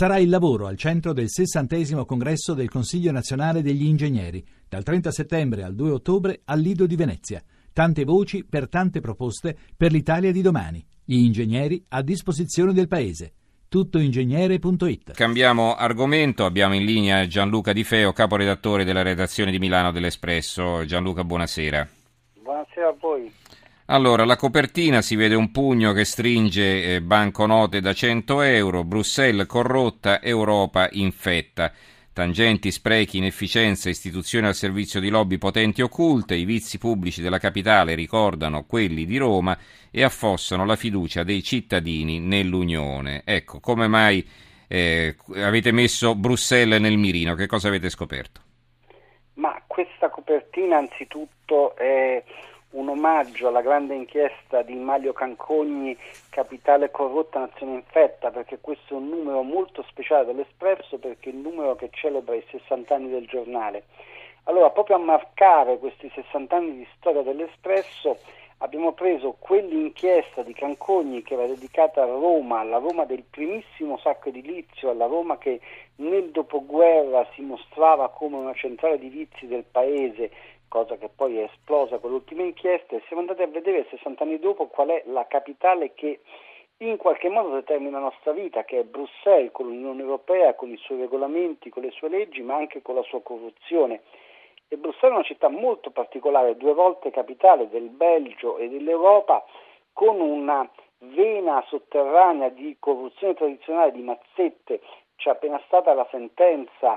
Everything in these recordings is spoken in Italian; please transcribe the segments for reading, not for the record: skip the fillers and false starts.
Sarà il lavoro al centro del 60° congresso del Consiglio Nazionale degli Ingegneri, dal 30 settembre al 2 ottobre al Lido di Venezia. Tante voci per tante proposte per l'Italia di domani. Gli ingegneri a disposizione del Paese. Tuttoingegnere.it. Cambiamo argomento, abbiamo in linea Gianluca Di Feo, caporedattore della redazione di Milano dell'Espresso. Gianluca, buonasera. Buonasera a voi. Allora, la copertina si vede un pugno che stringe banconote da 100 euro, Bruxelles corrotta, Europa infetta. Tangenti, sprechi, inefficienze, istituzioni al servizio di lobby potenti occulte, i vizi pubblici della capitale ricordano quelli di Roma e affossano la fiducia dei cittadini nell'Unione. Ecco, come mai avete messo Bruxelles nel mirino? Che cosa avete scoperto? Ma questa copertina anzitutto è un omaggio alla grande inchiesta di Manlio Cancogni, Capitale corrotta, nazione infetta, perché questo è un numero molto speciale dell'Espresso, perché è il numero che celebra i 60 anni del giornale. Allora, proprio a marcare questi 60 anni di storia dell'Espresso, abbiamo preso quell'inchiesta di Cancogni che era dedicata a Roma, alla Roma del primissimo sacco edilizio, alla Roma che nel dopoguerra si mostrava come una centrale di vizi del paese, cosa che poi è esplosa con l'ultima inchiesta, e siamo andati a vedere 60 anni dopo qual è la capitale che in qualche modo determina la nostra vita, che è Bruxelles, con l'Unione Europea, con i suoi regolamenti, con le sue leggi, ma anche con la sua corruzione. E Bruxelles è una città molto particolare, 2 volte capitale del Belgio e dell'Europa, con una vena sotterranea di corruzione tradizionale, di mazzette. C'è appena stata la sentenza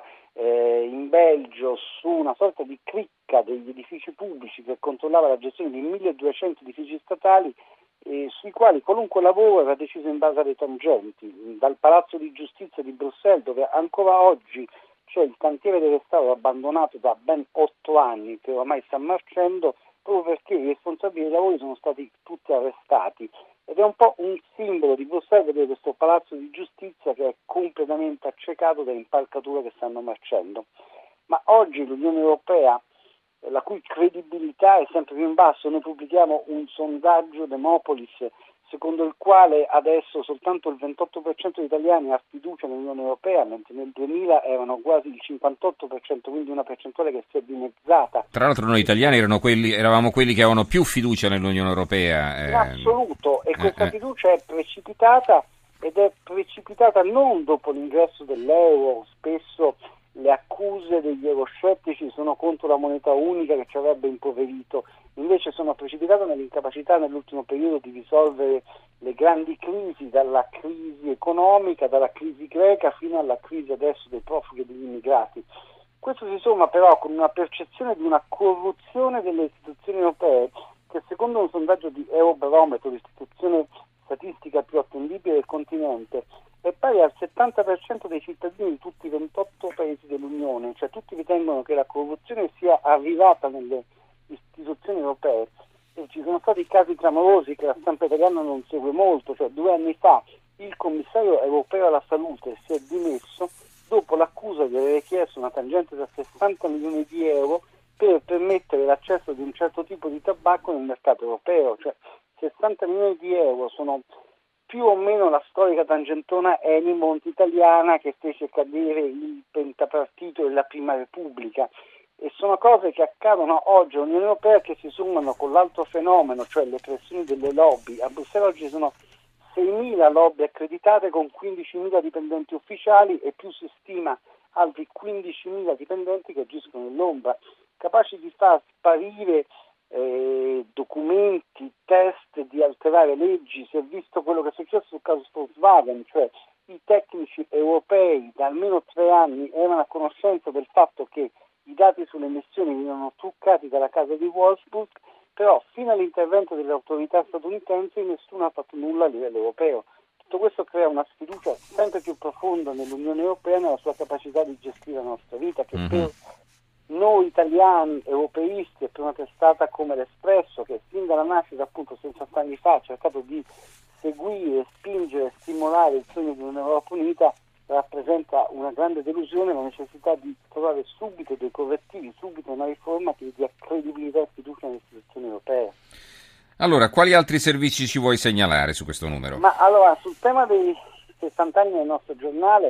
in Belgio su una sorta di cricca degli edifici pubblici che controllava la gestione di 1200 edifici statali, sui quali qualunque lavoro era deciso in base alle tangenti, dal Palazzo di Giustizia di Bruxelles, dove ancora oggi c'è il cantiere del restauro abbandonato da ben 8 anni, che ormai sta marcendo, proprio perché i responsabili dei lavori sono stati tutti arrestati. Ed è un po' un simbolo di Bruxelles vedere questo palazzo di giustizia che è completamente accecato da impalcature che stanno marcendo. Ma oggi l'Unione Europea, la cui credibilità è sempre più in basso, noi pubblichiamo un sondaggio Demopolis secondo il quale adesso soltanto il 28% degli italiani ha fiducia nell'Unione Europea, mentre nel 2000 erano quasi il 58%, quindi una percentuale che si è dimezzata. Tra l'altro noi italiani eravamo quelli che avevano più fiducia nell'Unione Europea. In assoluto, e questa fiducia è precipitata, ed è precipitata non dopo l'ingresso dell'euro. Spesso le accuse degli euroscettici sono contro la moneta unica che ci avrebbe impoverito, invece sono precipitate nell'incapacità nell'ultimo periodo di risolvere le grandi crisi, dalla crisi economica, dalla crisi greca fino alla crisi adesso dei profughi e degli immigrati. Questo si somma però con una percezione di una corruzione delle istituzioni europee che, secondo un sondaggio di Eurobarometro, l'istituzione statistica più attendibile del continente, è pari al 70% dei cittadini di tutti i 28 paesi dell'Unione, cioè tutti ritengono che la corruzione sia arrivata nelle istituzioni europee, e ci sono stati casi clamorosi che la stampa italiana non segue molto, cioè 2 anni fa il commissario europeo alla salute si è dimesso dopo l'accusa di aver chiesto una tangente da 60 milioni di euro per permettere l'accesso di un certo tipo di tabacco nel mercato europeo, cioè 60 milioni di euro sono più o meno la storica tangentona Enimont italiana che fece cadere il pentapartito della Prima Repubblica, e sono cose che accadono oggi all'Unione Europea che si sommano con l'altro fenomeno, cioè le pressioni delle lobby. A Bruxelles oggi sono 6.000 lobby accreditate con 15.000 dipendenti ufficiali e più si stima altri 15.000 dipendenti che agiscono nell'ombra, capaci di far sparire documenti, test, di alterare leggi. Si è visto quello che è successo sul caso Volkswagen, cioè i tecnici europei da almeno 3 anni erano a conoscenza del fatto che i dati sulle emissioni venivano truccati dalla casa di Wolfsburg, però fino all'intervento delle autorità statunitensi nessuno ha fatto nulla a livello europeo. Tutto questo crea una sfiducia sempre più profonda nell'Unione Europea, nella sua capacità di gestire la nostra vita, che per noi italiani europeisti e per una testata come l'Espresso, che fin dalla nascita, appunto 60 anni fa, ha cercato di seguire, spingere, stimolare il sogno di un'Europa unita, rappresenta una grande delusione la necessità di trovare subito dei correttivi, subito una riforma che dia credibilità e fiducia alle istituzioni europee. Allora, quali altri servizi ci vuoi segnalare su questo numero? Ma allora, sul tema dei 60 anni del nostro giornale,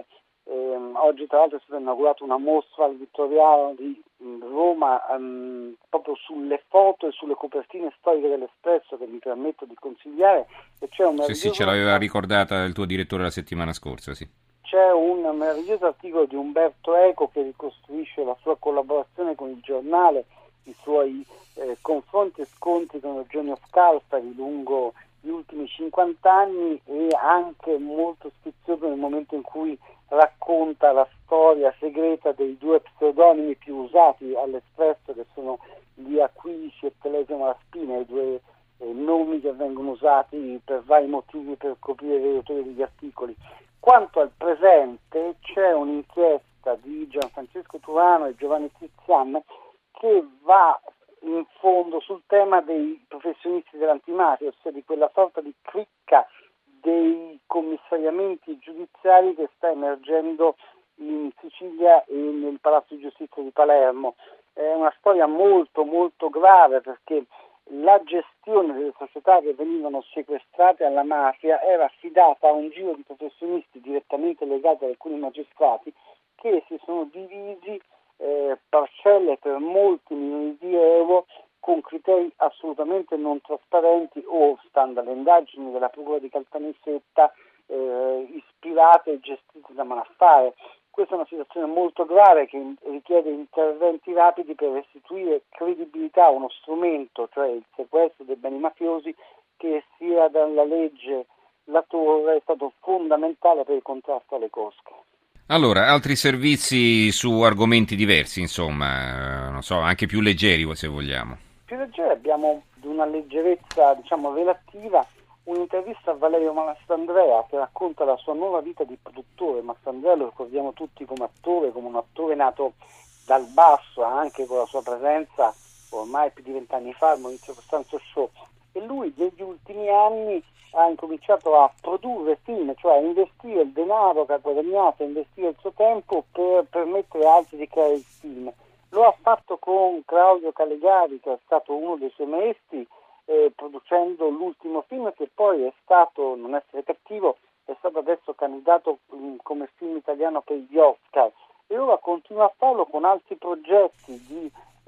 Oggi tra l'altro è stata inaugurata una mostra al Vittoriano di Roma proprio sulle foto e sulle copertine storiche dell'Espresso, che mi permetto di consigliare, e c'è un Sì, ce l'aveva ricordata il tuo direttore la settimana scorsa, sì. C'è un meraviglioso articolo di Umberto Eco che ricostruisce la sua collaborazione con il giornale, i suoi confronti e scontri con Eugenio Scalfari lungo gli ultimi 50 anni, e anche molto sfizioso nel momento in cui racconta la storia segreta dei due pseudonimi più usati all'Espresso, che sono Lia Quisci e Telesio Malaspina, i due nomi che vengono usati per vari motivi per coprire gli autori degli articoli. Quanto al presente, c'è un'inchiesta di Gianfrancesco Turano e Giovanni Tizian che va in fondo sul tema dei professionisti dell'antimafia, ossia di quella sorta di cricca dei commissariamenti giudiziari che sta emergendo in Sicilia e nel Palazzo di Giustizia di Palermo. È una storia molto molto grave, perché la gestione delle società che venivano sequestrate alla mafia era affidata a un giro di professionisti direttamente legati ad alcuni magistrati, che si sono divisi parcelle per molti milioni di euro con criteri assolutamente non trasparenti o, stando alle indagini della Procura di Caltanissetta, ispirate e gestite da malaffare. Questa è una situazione molto grave che richiede interventi rapidi per restituire credibilità a uno strumento, cioè il sequestro dei beni mafiosi, che sia dalla legge La Torre è stato fondamentale per il contrasto alle cosche. Allora, altri servizi su argomenti diversi, insomma, non so, anche più leggeri se vogliamo. Più leggeri, abbiamo di una leggerezza relativa un'intervista a Valerio Mastandrea, che racconta la sua nuova vita di produttore. Mastandrea lo ricordiamo tutti come attore, come un attore nato dal basso, anche con la sua presenza ormai più di 20 anni fa al Maurizio Costanzo Show, e lui negli ultimi anni ha incominciato a produrre film, cioè a investire il denaro che ha guadagnato, a investire il suo tempo per permettere a altri di creare il film. Lo ha fatto con Claudio Calegari, che è stato uno dei suoi maestri, producendo l'ultimo film, che poi è stato, Non essere cattivo, è stato adesso candidato come film italiano per gli Oscar, e ora continua a farlo con altri progetti di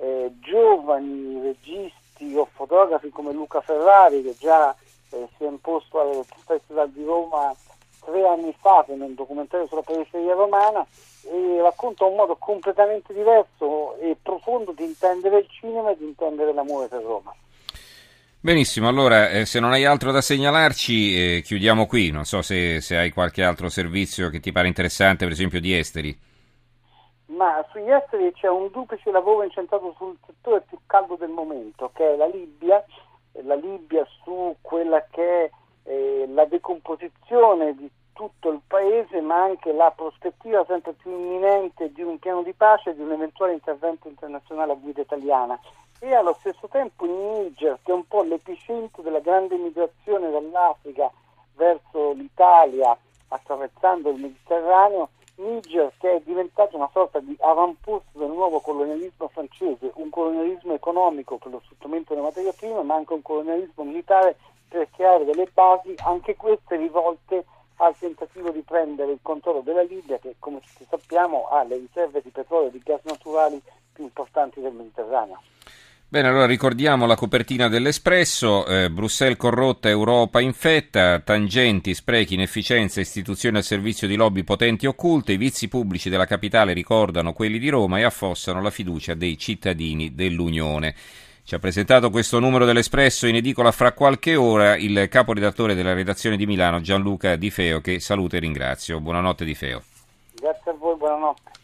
giovani registi o fotografi come Luca Ferrari, che già si è imposto al Festival di Roma 3 anni fa con un documentario sulla periferia romana, e racconta un modo completamente diverso e profondo di intendere il cinema e di intendere l'amore per Roma. Benissimo, allora se non hai altro da segnalarci chiudiamo qui. Non so se hai qualche altro servizio che ti pare interessante, per esempio di esteri. Ma sugli esteri c'è un duplice lavoro incentrato sul settore più caldo del momento, che è la Libia su quella che è la decomposizione di tutto il paese, ma anche la prospettiva sempre più imminente di un piano di pace e di un eventuale intervento internazionale a guida italiana. E allo stesso tempo in Niger, che è un po' l'epicentro della grande migrazione dall'Africa verso l'Italia, attraversando il Mediterraneo, Niger che è diventato una sorta di avamposto del nuovo colonialismo francese, un colonialismo economico per lo sfruttamento delle materie prime, ma anche un colonialismo militare per creare delle basi, anche queste rivolte al tentativo di prendere il controllo della Libia, che come tutti sappiamo ha le riserve di petrolio e di gas naturali più importanti del Mediterraneo. Bene, allora ricordiamo la copertina dell'Espresso, Bruxelles corrotta, Europa infetta, tangenti, sprechi, inefficienza, istituzioni al servizio di lobby potenti e occulte, i vizi pubblici della capitale ricordano quelli di Roma e affossano la fiducia dei cittadini dell'Unione. Ci ha presentato questo numero dell'Espresso in edicola fra qualche ora il caporedattore della redazione di Milano, Gianluca Di Feo, che saluto e ringrazio. Buonanotte Di Feo. Grazie a voi, buonanotte.